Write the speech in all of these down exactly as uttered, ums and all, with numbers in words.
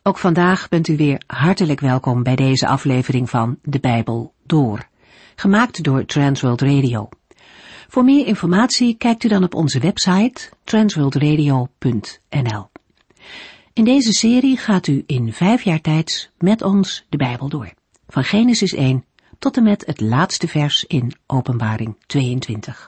Ook vandaag bent u weer hartelijk welkom bij deze aflevering van De Bijbel Door, gemaakt door Transworld Radio. Voor meer informatie kijkt u dan op onze website transworld radio punt n l. In deze serie gaat u in vijf jaar tijd met ons de Bijbel door, van Genesis één tot en met het laatste vers in Openbaring tweeëntwintig.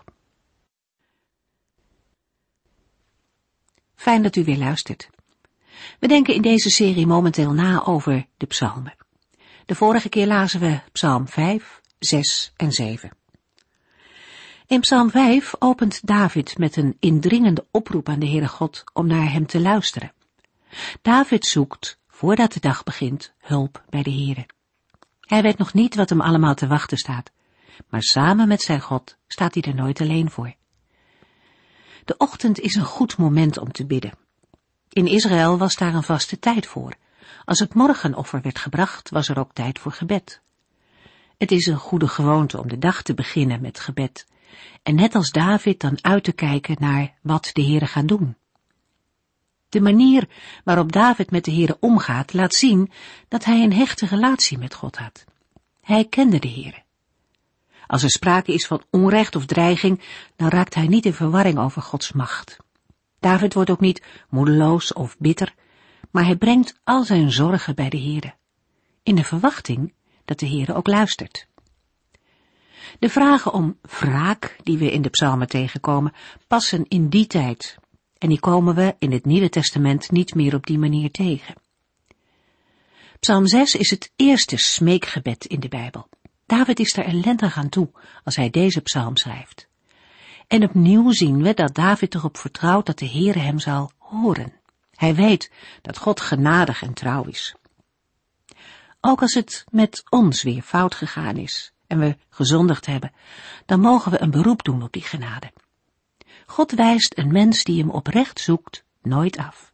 Fijn dat u weer luistert. We denken in deze serie momenteel na over de psalmen. De vorige keer lazen we psalm vijf, zes en zeven. In psalm vijf opent David met een indringende oproep aan de Heere God om naar hem te luisteren. David zoekt, voordat de dag begint, hulp bij de Heere. Hij weet nog niet wat hem allemaal te wachten staat, maar samen met zijn God staat hij er nooit alleen voor. De ochtend is een goed moment om te bidden. In Israël was daar een vaste tijd voor. Als het morgenoffer werd gebracht, was er ook tijd voor gebed. Het is een goede gewoonte om de dag te beginnen met gebed, en net als David dan uit te kijken naar wat de Heere gaat doen. De manier waarop David met de Heere omgaat, laat zien dat hij een hechte relatie met God had. Hij kende de Heere. Als er sprake is van onrecht of dreiging, dan raakt hij niet in verwarring over Gods macht. David wordt ook niet moedeloos of bitter, maar hij brengt al zijn zorgen bij de Heere, in de verwachting dat de Heere ook luistert. De vragen om wraak die we in de psalmen tegenkomen, passen in die tijd, en die komen we in het Nieuwe Testament niet meer op die manier tegen. Psalm zes is het eerste smeekgebed in de Bijbel. David is er ellendig aan toe als hij deze psalm schrijft. En opnieuw zien we dat David erop vertrouwt dat de Heere hem zal horen. Hij weet dat God genadig en trouw is. Ook als het met ons weer fout gegaan is en we gezondigd hebben, dan mogen we een beroep doen op die genade. God wijst een mens die hem oprecht zoekt nooit af.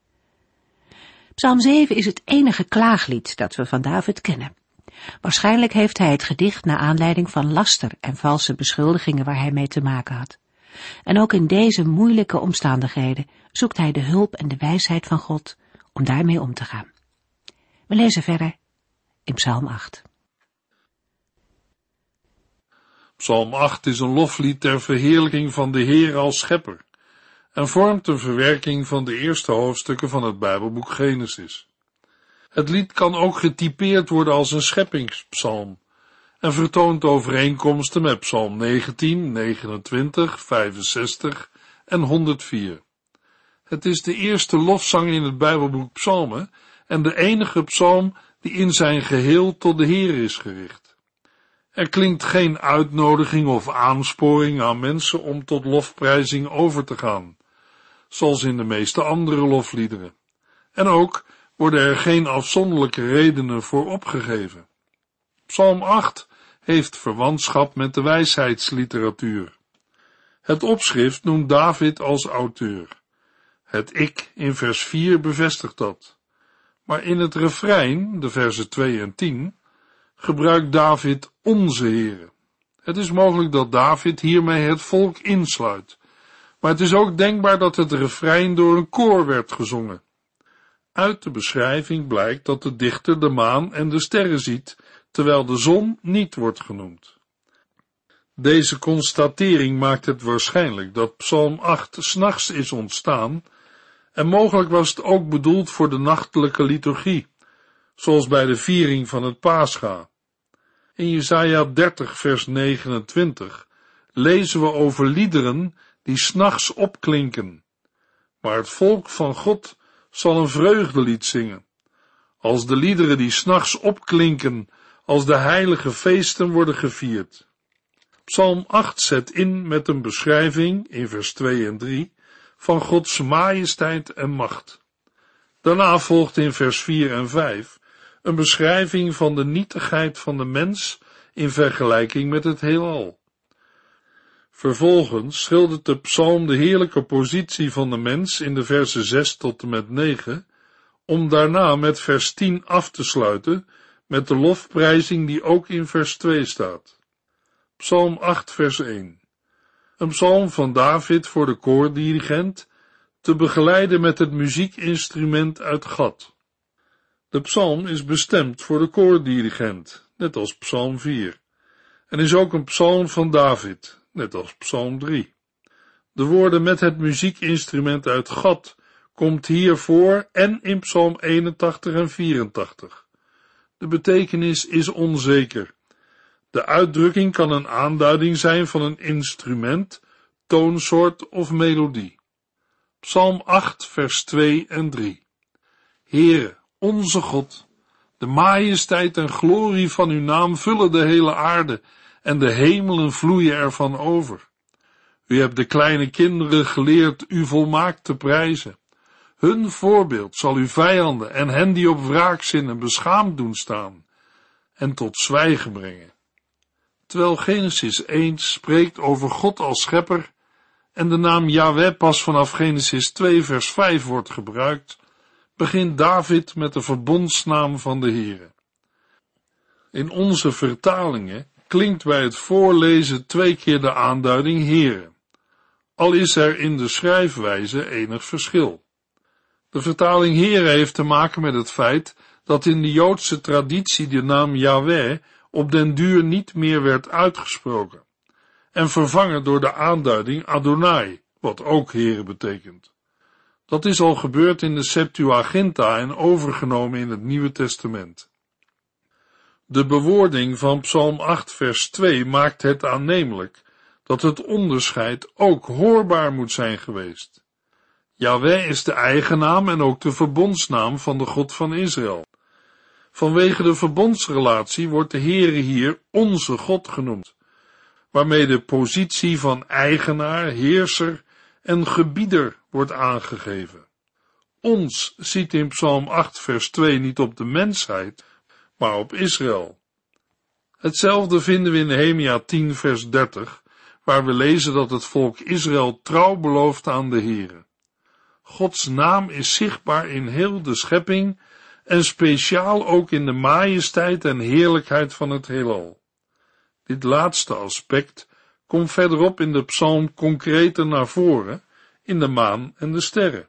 Psalm zeven is het enige klaaglied dat we van David kennen. Waarschijnlijk heeft hij het gedicht naar aanleiding van laster en valse beschuldigingen waar hij mee te maken had. En ook in deze moeilijke omstandigheden zoekt hij de hulp en de wijsheid van God om daarmee om te gaan. We lezen verder in Psalm acht. Psalm acht is een loflied ter verheerlijking van de Heer als schepper en vormt een verwerking van de eerste hoofdstukken van het Bijbelboek Genesis. Het lied kan ook getypeerd worden als een scheppingspsalm en vertoont overeenkomsten met psalm negentien, negenentwintig, vijfenzestig en honderdvier. Het is de eerste lofzang in het Bijbelboek Psalmen en de enige psalm die in zijn geheel tot de Heer is gericht. Er klinkt geen uitnodiging of aansporing aan mensen om tot lofprijzing over te gaan, zoals in de meeste andere lofliederen. En ook worden er geen afzonderlijke redenen voor opgegeven. Psalm acht heeft verwantschap met de wijsheidsliteratuur. Het opschrift noemt David als auteur. Het ik in vers vier bevestigt dat. Maar in het refrein, de versen twee en tien, gebruikt David onze Heere. Het is mogelijk dat David hiermee het volk insluit, maar het is ook denkbaar dat het refrein door een koor werd gezongen. Uit de beschrijving blijkt dat de dichter de maan en de sterren ziet, terwijl de zon niet wordt genoemd. Deze constatering maakt het waarschijnlijk dat Psalm acht 's nachts is ontstaan, en mogelijk was het ook bedoeld voor de nachtelijke liturgie, zoals bij de viering van het Pascha. In Jesaja dertig vers negenentwintig lezen we over liederen die 's nachts opklinken. Maar het volk van God zal een vreugdelied zingen, als de liederen die 's nachts opklinken, als de heilige feesten worden gevierd. Psalm acht zet in met een beschrijving, in vers twee en drie, van Gods majesteit en macht. Daarna volgt in vers vier en vijf een beschrijving van de nietigheid van de mens in vergelijking met het heelal. Vervolgens schildert de psalm de heerlijke positie van de mens in de versen zes tot en met negen, om daarna met vers tien af te sluiten met de lofprijzing die ook in vers twee staat. Psalm acht vers één. Een psalm van David voor de koordirigent, te begeleiden met het muziekinstrument uit Gad. De psalm is bestemd voor de koordirigent, net als psalm vier, en is ook een psalm van David, net als psalm drie. De woorden met het muziekinstrument uit Gad komt hier voor en in psalm eenentachtig en vierentachtig. De betekenis is onzeker. De uitdrukking kan een aanduiding zijn van een instrument, toonsoort of melodie. Psalm acht, vers twee en drie. Heere, onze God, de majesteit en glorie van uw naam vullen de hele aarde en de hemelen vloeien ervan over. U hebt de kleine kinderen geleerd u volmaakt te prijzen. Hun voorbeeld zal uw vijanden en hen die op wraak zinnen beschaamd doen staan en tot zwijgen brengen. Terwijl Genesis één spreekt over God als schepper en de naam Yahweh pas vanaf Genesis twee vers vijf wordt gebruikt, begint David met de verbondsnaam van de Heere. In onze vertalingen klinkt bij het voorlezen twee keer de aanduiding Heere, al is er in de schrijfwijze enig verschil. De vertaling Heere heeft te maken met het feit dat in de Joodse traditie de naam Yahweh op den duur niet meer werd uitgesproken en vervangen door de aanduiding Adonai, wat ook Heere betekent. Dat is al gebeurd in de Septuaginta en overgenomen in het Nieuwe Testament. De bewoording van Psalm acht vers twee maakt het aannemelijk dat het onderscheid ook hoorbaar moet zijn geweest. Yahweh is de eigennaam en ook de verbondsnaam van de God van Israël. Vanwege de verbondsrelatie wordt de Heere hier onze God genoemd, waarmee de positie van eigenaar, heerser en gebieder wordt aangegeven. Ons ziet in Psalm acht vers twee niet op de mensheid, maar op Israël. Hetzelfde vinden we in Nehemia tien vers dertig, waar we lezen dat het volk Israël trouw belooft aan de Heere. Gods naam is zichtbaar in heel de schepping en speciaal ook in de majesteit en heerlijkheid van het heelal. Dit laatste aspect komt verderop in de psalm concreter naar voren, in de maan en de sterren.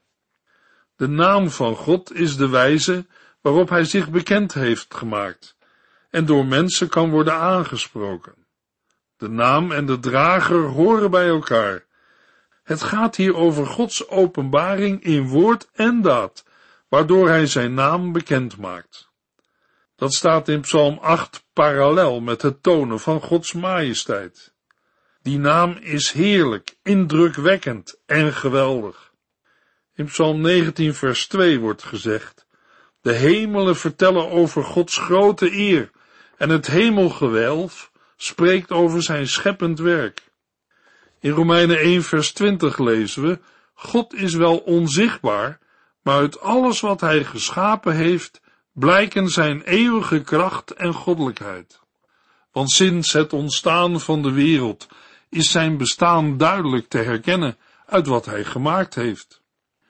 De naam van God is de wijze waarop hij zich bekend heeft gemaakt en door mensen kan worden aangesproken. De naam en de drager horen bij elkaar. Het gaat hier over Gods openbaring in woord en daad, waardoor hij zijn naam bekend maakt. Dat staat in Psalm acht parallel met het tonen van Gods majesteit. Die naam is heerlijk, indrukwekkend en geweldig. In Psalm negentien vers twee wordt gezegd: de hemelen vertellen over Gods grote eer en het hemelgewelf spreekt over zijn scheppend werk. In Romeinen één vers twintig lezen we: God is wel onzichtbaar, maar uit alles wat hij geschapen heeft, blijken zijn eeuwige kracht en goddelijkheid. Want sinds het ontstaan van de wereld is zijn bestaan duidelijk te herkennen uit wat hij gemaakt heeft.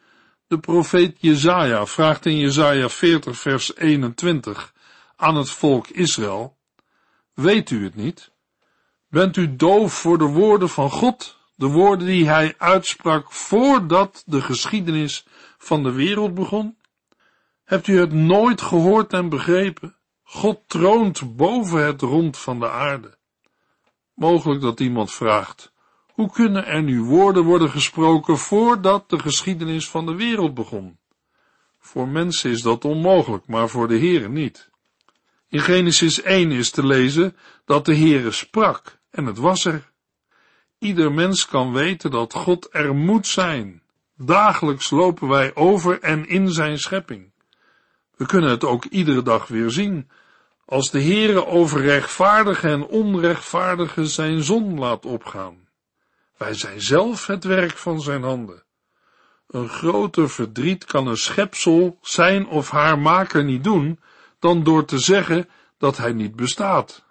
De profeet Jesaja vraagt in Jesaja veertig vers eenentwintig aan het volk Israël: weet u het niet? Bent u doof voor de woorden van God, de woorden die hij uitsprak voordat de geschiedenis van de wereld begon? Hebt u het nooit gehoord en begrepen? God troont boven het rond van de aarde. Mogelijk dat iemand vraagt: hoe kunnen er nu woorden worden gesproken voordat de geschiedenis van de wereld begon? Voor mensen is dat onmogelijk, maar voor de Heere niet. In Genesis één is te lezen dat de Heere sprak en het was er. Ieder mens kan weten dat God er moet zijn. Dagelijks lopen wij over en in zijn schepping. We kunnen het ook iedere dag weer zien, als de Heere over rechtvaardigen en onrechtvaardigen zijn zon laat opgaan. Wij zijn zelf het werk van zijn handen. Een groter verdriet kan een schepsel zijn of haar maker niet doen, dan door te zeggen dat hij niet bestaat.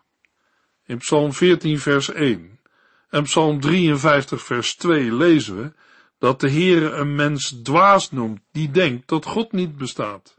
In Psalm veertien vers één en Psalm drieënvijftig vers twee lezen we dat de Heere een mens dwaas noemt die denkt dat God niet bestaat.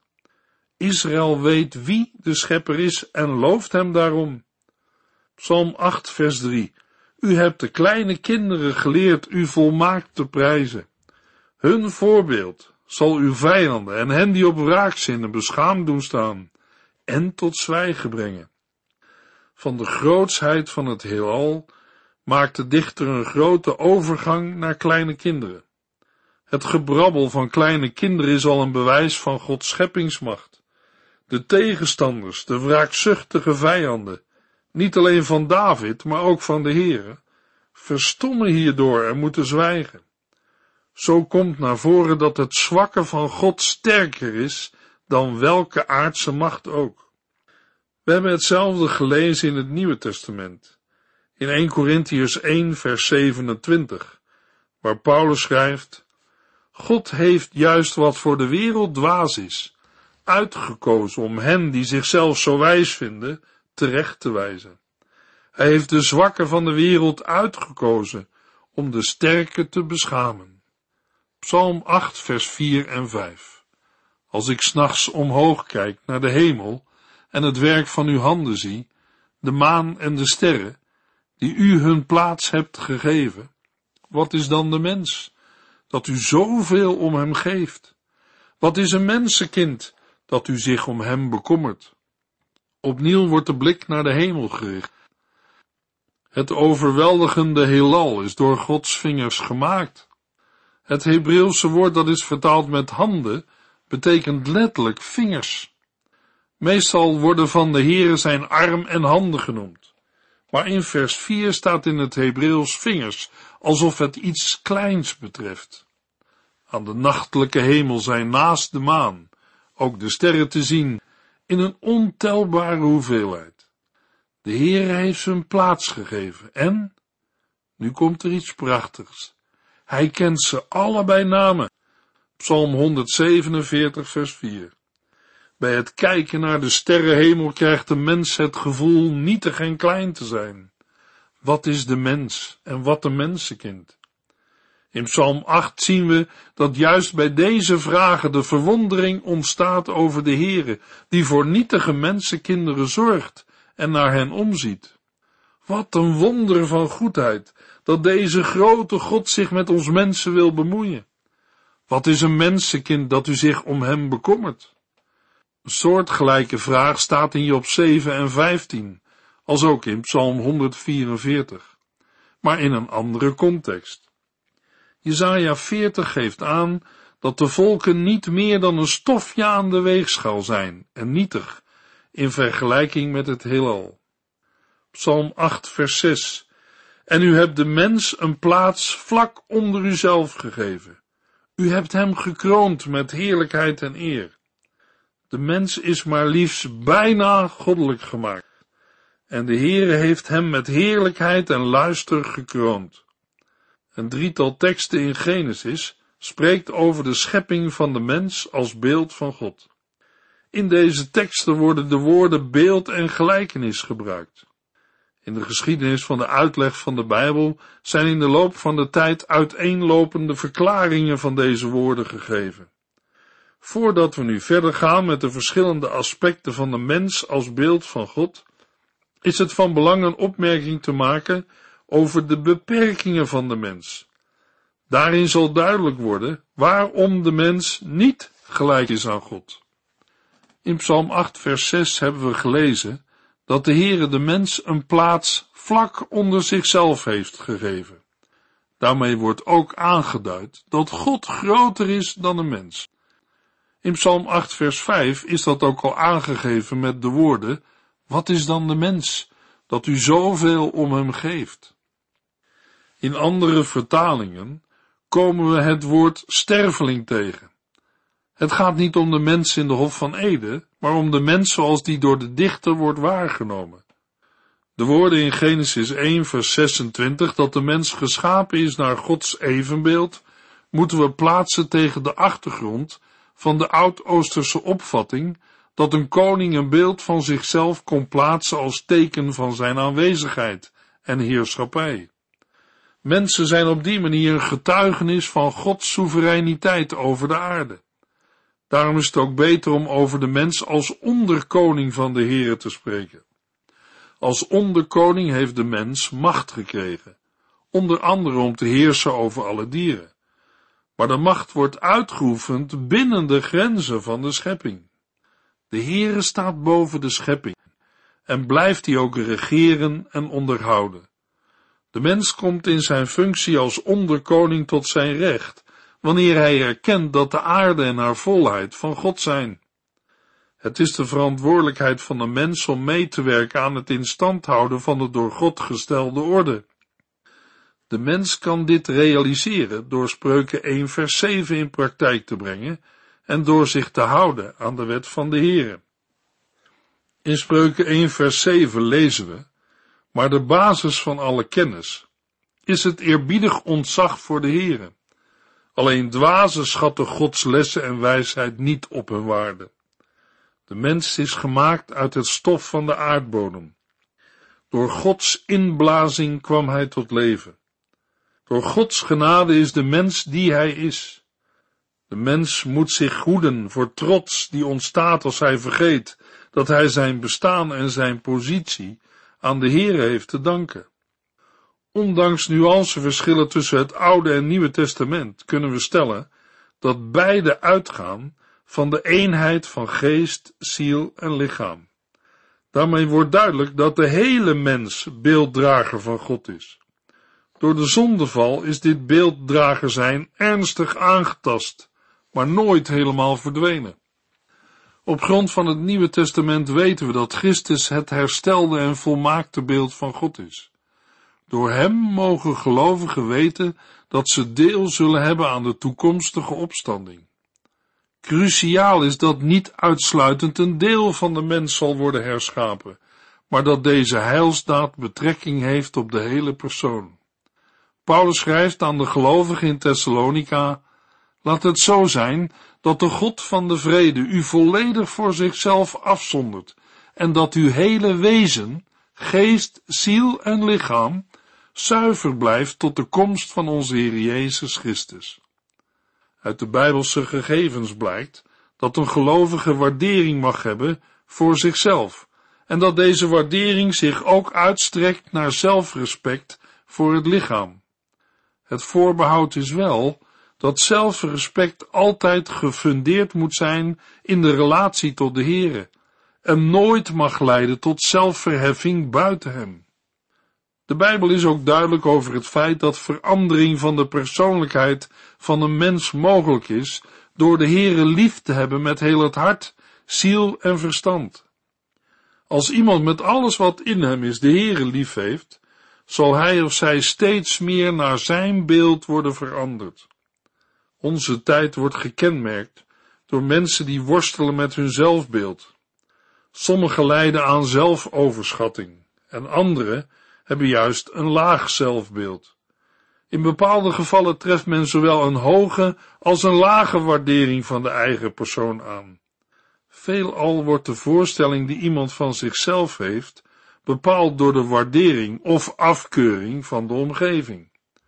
Israël weet wie de schepper is en looft hem daarom. Psalm acht vers drie. U hebt de kleine kinderen geleerd u volmaakt te prijzen. Hun voorbeeld zal uw vijanden en hen die op wraak zinnen beschaamd doen staan en tot zwijgen brengen. Van de grootsheid van het heelal maakt de dichter een grote overgang naar kleine kinderen. Het gebrabbel van kleine kinderen is al een bewijs van Gods scheppingsmacht. De tegenstanders, de wraakzuchtige vijanden, niet alleen van David, maar ook van de Heere, verstommen hierdoor en moeten zwijgen. Zo komt naar voren dat het zwakke van God sterker is dan welke aardse macht ook. We hebben hetzelfde gelezen in het Nieuwe Testament, in Eerste Korintiërs één vers zevenentwintig, waar Paulus schrijft: God heeft juist wat voor de wereld dwaas is, uitgekozen om hen die zichzelf zo wijs vinden, terecht te wijzen. Hij heeft de zwakken van de wereld uitgekozen om de sterken te beschamen. Psalm acht vers vier en vijf. Als ik 's nachts omhoog kijk naar de hemel en het werk van uw handen zie, de maan en de sterren, die u hun plaats hebt gegeven, wat is dan de mens, dat u zoveel om hem geeft? Wat is een mensenkind, dat u zich om hem bekommert? Opnieuw wordt de blik naar de hemel gericht. Het overweldigende heelal is door Gods vingers gemaakt. Het Hebreeuwse woord dat is vertaald met handen, betekent letterlijk vingers. Meestal worden van de Heere zijn arm en handen genoemd. Maar in vers vier staat in het Hebreeuws vingers, alsof het iets kleins betreft. Aan de nachtelijke hemel zijn naast de maan ook de sterren te zien in een ontelbare hoeveelheid. De Heere heeft ze een plaats gegeven en, nu komt er iets prachtigs, hij kent ze alle bij namen. Psalm honderdzevenenveertig vers vier. Bij het kijken naar de sterrenhemel krijgt de mens het gevoel nietig en klein te zijn. Wat is de mens en wat een mensenkind? In Psalm acht zien we dat juist bij deze vragen de verwondering ontstaat over de Heere, die voor nietige mensenkinderen zorgt en naar hen omziet. Wat een wonder van goedheid, dat deze grote God zich met ons mensen wil bemoeien. Wat is een mensenkind dat u zich om hem bekommert? Een soortgelijke vraag staat in Job zeven en vijftien, als ook in Psalm honderdvierenveertig, maar in een andere context. Jesaja veertig geeft aan dat de volken niet meer dan een stofje aan de weegschaal zijn en nietig in vergelijking met het heelal. Psalm acht vers zes. En u hebt de mens een plaats vlak onder uzelf gegeven. U hebt hem gekroond met heerlijkheid en eer. De mens is maar liefst bijna goddelijk gemaakt. En de Heere heeft hem met heerlijkheid en luister gekroond. Een drietal teksten in Genesis spreekt over de schepping van de mens als beeld van God. In deze teksten worden de woorden beeld en gelijkenis gebruikt. In de geschiedenis van de uitleg van de Bijbel zijn in de loop van de tijd uiteenlopende verklaringen van deze woorden gegeven. Voordat we nu verder gaan met de verschillende aspecten van de mens als beeld van God, is het van belang een opmerking te maken over de beperkingen van de mens. Daarin zal duidelijk worden waarom de mens niet gelijk is aan God. In Psalm acht vers zes hebben we gelezen dat de Heere de mens een plaats vlak onder zichzelf heeft gegeven. Daarmee wordt ook aangeduid dat God groter is dan een mens. In Psalm acht vers vijf is dat ook al aangegeven met de woorden: wat is dan de mens, dat u zoveel om hem geeft? In andere vertalingen komen we het woord sterveling tegen. Het gaat niet om de mens in de Hof van Eden, maar om de mens zoals die door de dichter wordt waargenomen. De woorden in Genesis één vers zesentwintig, dat de mens geschapen is naar Gods evenbeeld, moeten we plaatsen tegen de achtergrond van de oud-Oosterse opvatting dat een koning een beeld van zichzelf kon plaatsen als teken van zijn aanwezigheid en heerschappij. Mensen zijn op die manier een getuigenis van Gods soevereiniteit over de aarde. Daarom is het ook beter om over de mens als onderkoning van de Heere te spreken. Als onderkoning heeft de mens macht gekregen, onder andere om te heersen over alle dieren. maar de macht wordt uitgeoefend binnen de grenzen van de schepping. De Heere staat boven de schepping en blijft die ook regeren en onderhouden. De mens komt in zijn functie als onderkoning tot zijn recht, wanneer hij erkent dat de aarde en haar volheid van God zijn. Het is de verantwoordelijkheid van de mens om mee te werken aan het instand houden van de door God gestelde orde. De mens kan dit realiseren door Spreuken één vers zeven in praktijk te brengen en door zich te houden aan de wet van de Heere. In Spreuken één vers zeven lezen we: maar de basis van alle kennis is het eerbiedig ontzag voor de Heere. Alleen dwazen schatten Gods lessen en wijsheid niet op hun waarde. De mens is gemaakt uit het stof van de aardbodem. Door Gods inblazing kwam hij tot leven. Door Gods genade is de mens die hij is. De mens moet zich hoeden voor trots die ontstaat als hij vergeet dat hij zijn bestaan en zijn positie aan de Heere heeft te danken. Ondanks nuanceverschillen tussen het Oude en Nieuwe Testament kunnen we stellen dat beide uitgaan van de eenheid van geest, ziel en lichaam. Daarmee wordt duidelijk dat de hele mens beelddrager van God is. Door de zondeval is dit beelddrager zijn ernstig aangetast, maar nooit helemaal verdwenen. Op grond van het Nieuwe Testament weten we dat Christus het herstelde en volmaakte beeld van God is. Door hem mogen gelovigen weten dat ze deel zullen hebben aan de toekomstige opstanding. Cruciaal is dat niet uitsluitend een deel van de mens zal worden herschapen, maar dat deze heilsdaad betrekking heeft op de hele persoon. Paulus schrijft aan de gelovigen in Thessalonica: laat het zo zijn dat de God van de vrede u volledig voor zichzelf afzondert en dat uw hele wezen, geest, ziel en lichaam zuiver blijft tot de komst van onze Heer Jezus Christus. Uit de Bijbelse gegevens blijkt dat een gelovige waardering mag hebben voor zichzelf en dat deze waardering zich ook uitstrekt naar zelfrespect voor het lichaam. Het voorbehoud is wel dat zelfrespect altijd gefundeerd moet zijn in de relatie tot de Heere en nooit mag leiden tot zelfverheffing buiten hem. De Bijbel is ook duidelijk over het feit dat verandering van de persoonlijkheid van een mens mogelijk is door de Heere lief te hebben met heel het hart, ziel en verstand. Als iemand met alles wat in hem is de Heere lief heeft, zal hij of zij steeds meer naar zijn beeld worden veranderd. Onze tijd wordt gekenmerkt door mensen die worstelen met hun zelfbeeld. Sommigen lijden aan zelfoverschatting en anderen hebben juist een laag zelfbeeld. In bepaalde gevallen treft men zowel een hoge als een lage waardering van de eigen persoon aan. Veelal wordt de voorstelling die iemand van zichzelf heeft bepaald door de waardering of afkeuring van de omgeving.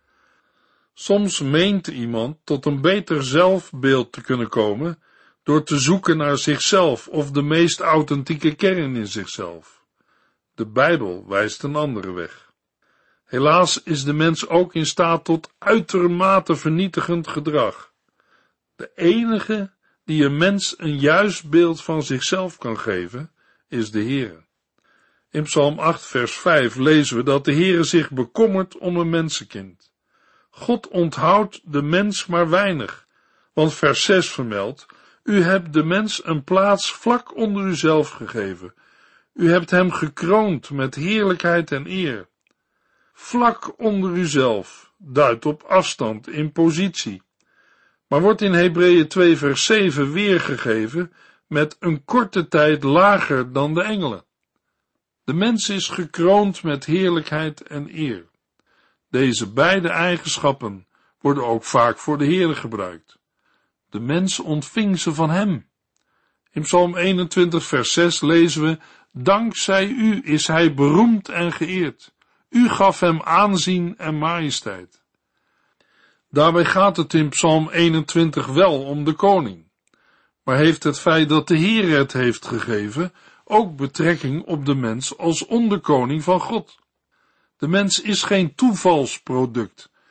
Soms meent iemand tot een beter zelfbeeld te kunnen komen door te zoeken naar zichzelf of de meest authentieke kern in zichzelf. De Bijbel wijst een andere weg. Helaas is de mens ook in staat tot uitermate vernietigend gedrag. De enige die een mens een juist beeld van zichzelf kan geven, is de Heere. In Psalm acht vers vijf lezen we dat de Heere zich bekommert om een mensenkind. God onthoudt de mens maar weinig, want vers zes vermeldt: u hebt de mens een plaats vlak onder uzelf gegeven. U hebt hem gekroond met heerlijkheid en eer. Vlak onder uzelf duidt op afstand in positie, maar wordt in Hebreeën twee vers zeven weergegeven met een korte tijd lager dan de engelen. De mens is gekroond met heerlijkheid en eer. Deze beide eigenschappen worden ook vaak voor de Heere gebruikt. De mens ontving ze van hem. In Psalm eenentwintig vers zes lezen we: dankzij u is hij beroemd en geëerd. U gaf hem aanzien en majesteit. Daarbij gaat het in Psalm eenentwintig wel om de koning, maar heeft het feit dat de Heer het heeft gegeven ook betrekking op de mens als onderkoning van God. De mens is geen toevalsproduct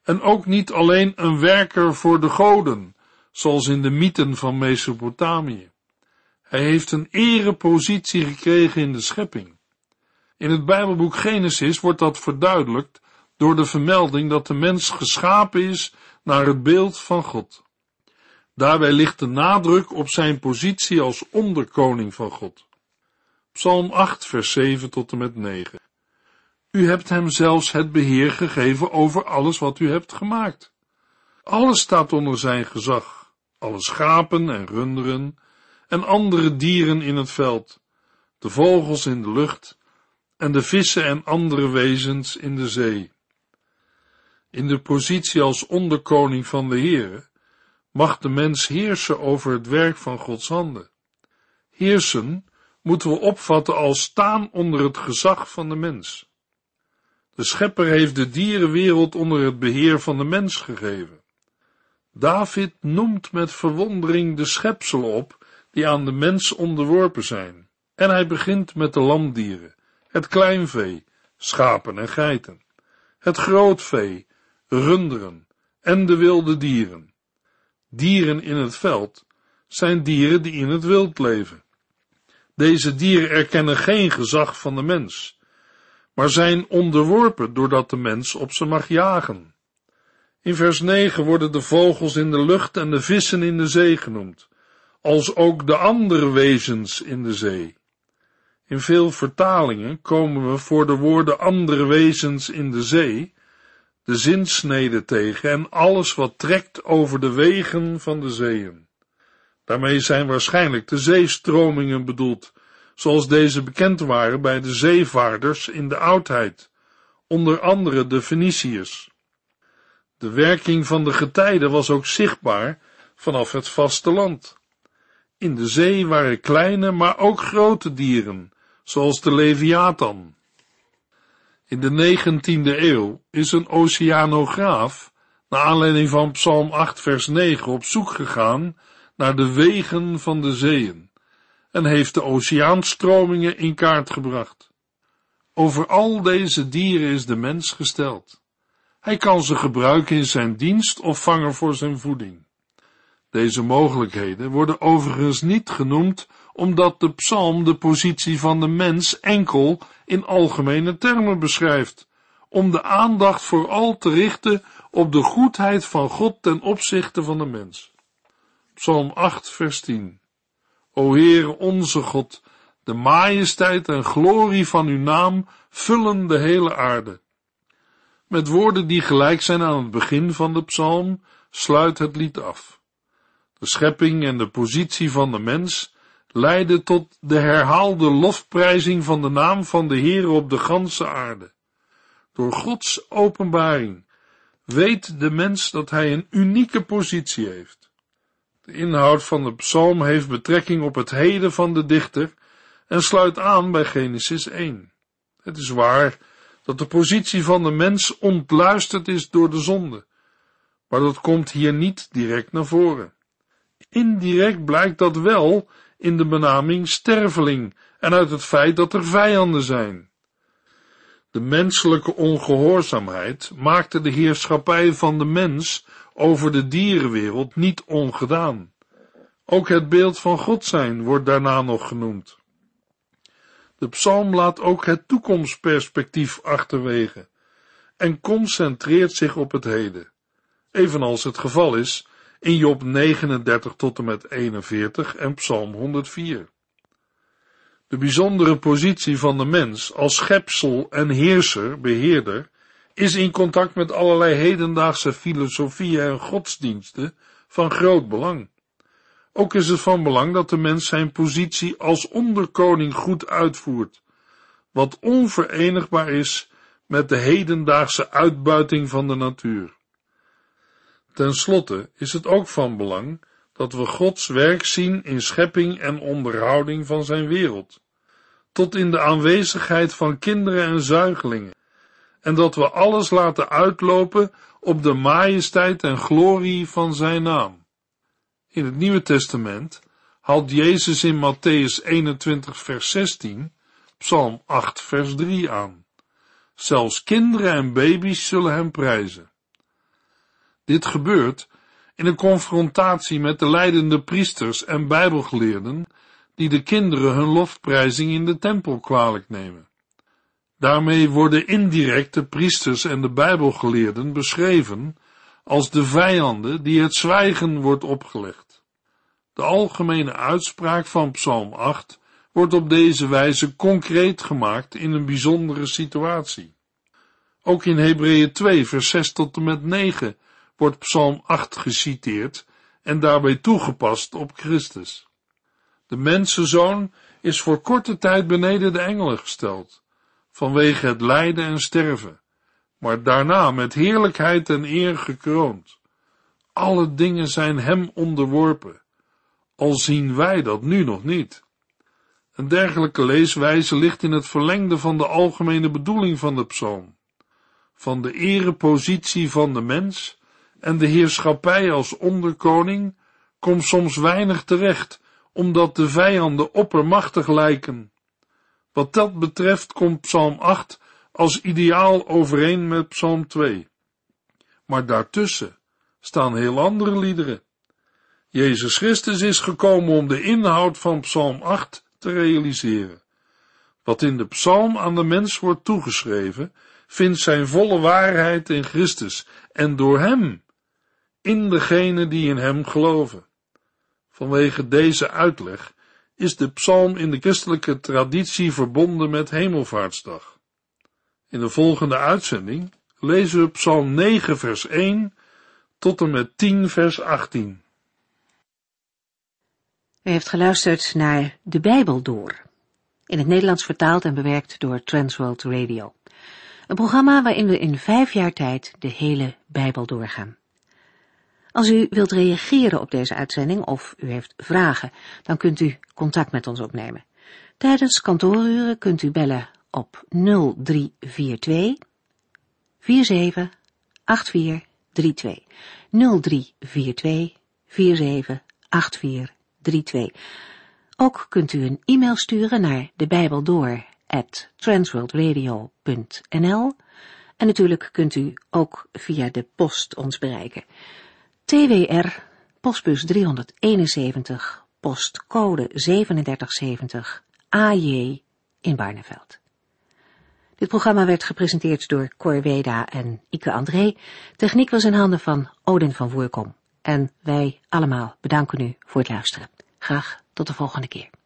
En ook niet alleen een werker voor de goden, zoals in de mythen van Mesopotamië. Hij heeft een erepositie gekregen in de schepping. In het Bijbelboek Genesis wordt dat verduidelijkt door de vermelding dat de mens geschapen is naar het beeld van God. Daarbij ligt de nadruk op zijn positie als onderkoning van God. Psalm acht, vers zeven tot en met negen. U hebt hem zelfs het beheer gegeven over alles wat u hebt gemaakt. Alles staat onder zijn gezag, alle schapen en runderen en andere dieren in het veld, de vogels in de lucht en de vissen en andere wezens in de zee. In de positie als onderkoning van de Heere mag de mens heersen over het werk van Gods handen. Heersen moeten we opvatten als staan onder het gezag van de mens. De Schepper heeft de dierenwereld onder het beheer van de mens gegeven. David noemt met verwondering de schepselen op die aan de mens onderworpen zijn. En hij begint met de landdieren, het kleinvee, schapen en geiten, het grootvee, runderen en de wilde dieren. Dieren in het veld zijn dieren die in het wild leven. Deze dieren erkennen geen gezag van de mens, maar zijn onderworpen doordat de mens op ze mag jagen. In vers negen worden de vogels in de lucht en de vissen in de zee genoemd, als ook de andere wezens in de zee. In veel vertalingen komen we voor de woorden andere wezens in de zee de zinsnede tegen en alles wat trekt over de wegen van de zeeën. Daarmee zijn waarschijnlijk de zeestromingen bedoeld, zoals deze bekend waren bij de zeevaarders in de oudheid, onder andere de Feniciërs. De werking van de getijden was ook zichtbaar vanaf het vasteland. In de zee waren kleine, maar ook grote dieren, zoals de Leviathan. In de negentiende eeuw is een oceanograaf, naar aanleiding van Psalm acht vers negen, op zoek gegaan naar de wegen van de zeeën en heeft de oceaanstromingen in kaart gebracht. Over al deze dieren is de mens gesteld. Hij kan ze gebruiken in zijn dienst of vangen voor zijn voeding. Deze mogelijkheden worden overigens niet genoemd, omdat de psalm de positie van de mens enkel in algemene termen beschrijft, om de aandacht vooral te richten op de goedheid van God ten opzichte van de mens. Psalm acht, vers tien. O Heere onze God, de majesteit en glorie van uw naam vullen de hele aarde. Met woorden die gelijk zijn aan het begin van de psalm, sluit het lied af. De schepping en de positie van de mens leiden tot de herhaalde lofprijzing van de naam van de Heere op de ganse aarde. Door Gods openbaring weet de mens dat hij een unieke positie heeft. De inhoud van de psalm heeft betrekking op het heden van de dichter en sluit aan bij Genesis één. Het is waar dat de positie van de mens ontluisterd is door de zonde, maar dat komt hier niet direct naar voren. Indirect blijkt dat wel in de benaming sterveling en uit het feit dat er vijanden zijn. De menselijke ongehoorzaamheid maakte de heerschappij van de mens over de dierenwereld niet ongedaan. Ook het beeld van God zijn wordt daarna nog genoemd. De psalm laat ook het toekomstperspectief achterwege en concentreert zich op het heden, evenals het geval is in Job negenendertig tot en met eenenveertig en Psalm honderdvier. De bijzondere positie van de mens als schepsel en heerser, beheerder, is in contact met allerlei hedendaagse filosofieën en godsdiensten van groot belang. Ook is het van belang dat de mens zijn positie als onderkoning goed uitvoert, wat onverenigbaar is met de hedendaagse uitbuiting van de natuur. Ten slotte is het ook van belang dat we Gods werk zien in schepping en onderhouding van zijn wereld, tot in de aanwezigheid van kinderen en zuigelingen, en dat we alles laten uitlopen op de majesteit en glorie van zijn naam. In het Nieuwe Testament haalt Jezus in Mattheüs eenentwintig vers zestien Psalm acht vers drie aan. Zelfs kinderen en baby's zullen hem prijzen. Dit gebeurt in een confrontatie met de leidende priesters en bijbelgeleerden die de kinderen hun lofprijzing in de tempel kwalijk nemen. Daarmee worden indirect de priesters en de bijbelgeleerden beschreven als de vijanden die het zwijgen wordt opgelegd. De algemene uitspraak van Psalm acht wordt op deze wijze concreet gemaakt in een bijzondere situatie. Ook in Hebreeën twee vers zes tot en met negen wordt Psalm acht geciteerd en daarbij toegepast op Christus. De mensenzoon is voor korte tijd beneden de engelen gesteld, vanwege het lijden en sterven, maar daarna met heerlijkheid en eer gekroond. Alle dingen zijn hem onderworpen, al zien wij dat nu nog niet. Een dergelijke leeswijze ligt in het verlengde van de algemene bedoeling van de psalm, van de erepositie van de mens en de heerschappij als onderkoning komt soms weinig terecht, omdat de vijanden oppermachtig lijken. Wat dat betreft komt Psalm acht als ideaal overeen met Psalm twee. Maar daartussen staan heel andere liederen. Jezus Christus is gekomen om de inhoud van Psalm acht te realiseren. Wat in de psalm aan de mens wordt toegeschreven, vindt zijn volle waarheid in Christus en door hem, in degenen die in hem geloven. Vanwege deze uitleg is de psalm in de christelijke traditie verbonden met Hemelvaartsdag. In de volgende uitzending lezen we Psalm negen vers één tot en met tien vers achttien. U heeft geluisterd naar De Bijbel Door, in het Nederlands vertaald en bewerkt door Transworld Radio. Een programma waarin we in vijf jaar tijd de hele Bijbel doorgaan. Als u wilt reageren op deze uitzending of u heeft vragen, dan kunt u contact met ons opnemen. Tijdens kantooruren kunt u bellen op nul drie vier twee vier zeven acht vier drie twee. nul drie vier twee vier zeven acht vier drie twee. Ook kunt u een e-mail sturen naar debijbeldoor at transworldradio punt n l en natuurlijk kunt u ook via de post ons bereiken. T W R, postbus driehonderdeenenzeventig, postcode zevenendertig zeventig, A J in Barneveld. Dit programma werd gepresenteerd door Cor Weda en Ike André. Techniek was in handen van Odin van Voerkom. En wij allemaal bedanken u voor het luisteren. Graag tot de volgende keer.